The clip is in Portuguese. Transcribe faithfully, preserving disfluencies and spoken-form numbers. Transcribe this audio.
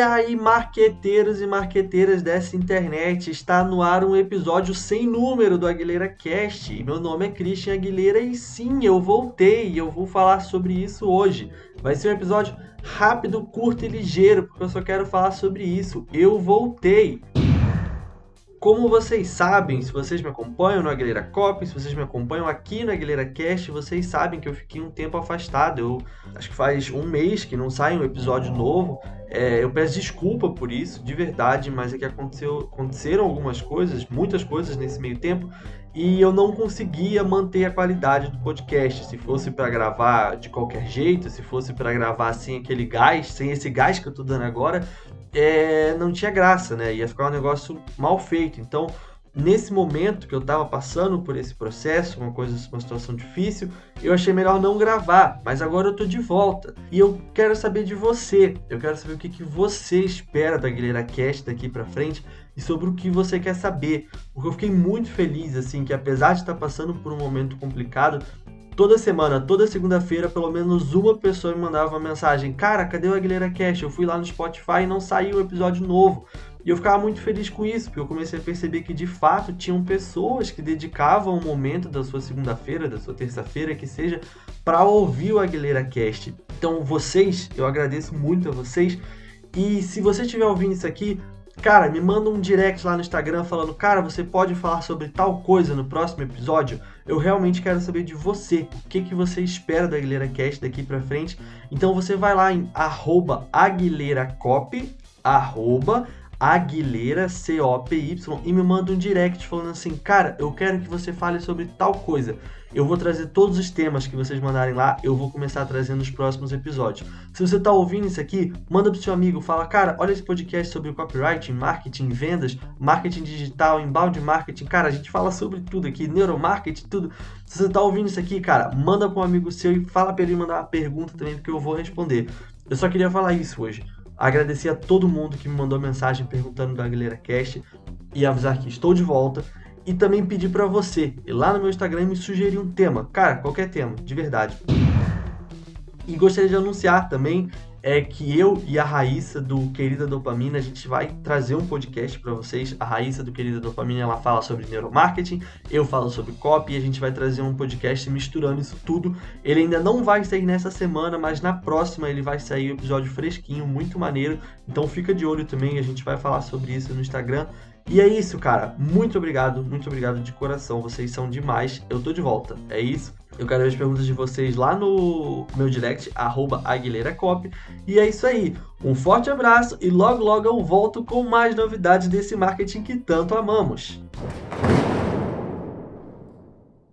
aí, marqueteiros e marqueteiras dessa internet, está no ar um episódio sem número do Aguilera Cast. Meu nome é Christian Aguilera e sim, eu voltei e eu vou falar sobre isso hoje. Vai ser um episódio rápido, curto e ligeiro, porque eu só quero falar sobre isso. Eu voltei! Como vocês sabem, se vocês me acompanham no Aguilera Copy, se vocês me acompanham aqui no Aguilera Cast, vocês sabem que eu fiquei um tempo afastado. Eu acho que faz um mês que não sai um episódio novo. É, eu peço desculpa por isso, de verdade, mas é que aconteceu, aconteceram algumas coisas, muitas coisas nesse meio tempo, e eu não conseguia manter a qualidade do podcast. Se fosse para gravar de qualquer jeito, se fosse para gravar sem aquele gás, sem esse gás que eu tô dando agora, é, não tinha graça, né? Ia ficar um negócio mal feito. Então, nesse momento que eu tava passando por esse processo, uma coisa, uma situação difícil, eu achei melhor não gravar, mas agora eu tô de volta. E eu quero saber de você, eu quero saber o que, que você espera da Aguilera Cast daqui pra frente e sobre o que você quer saber. Porque eu fiquei muito feliz, assim, que apesar de estar passando por um momento complicado, toda semana, toda segunda-feira, pelo menos uma pessoa me mandava uma mensagem: cara, cadê o Aguilera Cast? Eu fui lá no Spotify e não saiu um episódio novo. E eu ficava muito feliz com isso, porque eu comecei a perceber que, de fato, tinham pessoas que dedicavam um momento da sua segunda-feira, da sua terça-feira, que seja, para ouvir o Aguilera Cast. Então, vocês, eu agradeço muito a vocês. E se você estiver ouvindo isso aqui, cara, me manda um direct lá no Instagram falando: cara, você pode falar sobre tal coisa no próximo episódio? Eu realmente quero saber de você, o que, que você espera da Aguilera Cast daqui pra frente. Então você vai lá em arroba aguileracop, arroba Aguilera, C O P Y, e me manda um direct falando assim: cara, eu quero que você fale sobre tal coisa. Eu vou trazer todos os temas que vocês mandarem lá, eu vou começar a trazer nos próximos episódios. Se você tá ouvindo isso aqui, manda pro seu amigo, fala: cara, olha esse podcast sobre copywriting, marketing, vendas, marketing digital, inbound marketing. Cara, a gente fala sobre tudo aqui, neuromarketing, tudo. Se você tá ouvindo isso aqui, cara, manda pro um amigo seu e fala pra ele mandar uma pergunta também, porque eu vou responder. Eu só queria falar isso hoje. Agradecer a todo mundo que me mandou mensagem perguntando da Aguilera Cast e avisar que estou de volta. E também pedir para você ir lá no meu Instagram e me sugerir um tema. Cara, qualquer tema, de verdade. E gostaria de anunciar também é que eu e a Raíssa do Querida Dopamina, a gente vai trazer um podcast para vocês. A Raíssa do Querida Dopamina, ela fala sobre neuromarketing, eu falo sobre copy, e a gente vai trazer um podcast misturando isso tudo. Ele ainda não vai sair nessa semana, mas na próxima ele vai sair um episódio fresquinho, muito maneiro. Então fica de olho também, a gente vai falar sobre isso no Instagram. E é isso, cara. Muito obrigado, muito obrigado de coração. Vocês são demais. Eu tô de volta. É isso. Eu quero ver as perguntas de vocês lá no meu direct, arroba aguileracop. E é isso aí. Um forte abraço e logo logo eu volto com mais novidades desse marketing que tanto amamos.